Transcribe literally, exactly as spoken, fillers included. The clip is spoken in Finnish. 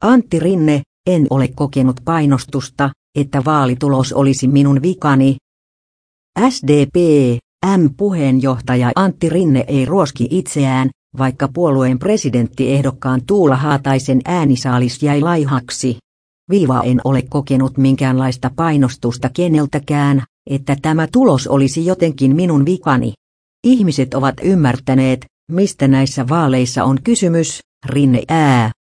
Antti Rinne, en ole kokenut painostusta, että vaalitulos olisi minun vikani. S D P, M-puheenjohtaja Antti Rinne ei ruoski itseään, vaikka puolueen presidenttiehdokkaan Tuula Haataisen äänisaalis jäi laihaksi. Viiva en ole kokenut minkäänlaista painostusta keneltäkään, että tämä tulos olisi jotenkin minun vikani. Ihmiset ovat ymmärtäneet, mistä näissä vaaleissa on kysymys, Rinne ää.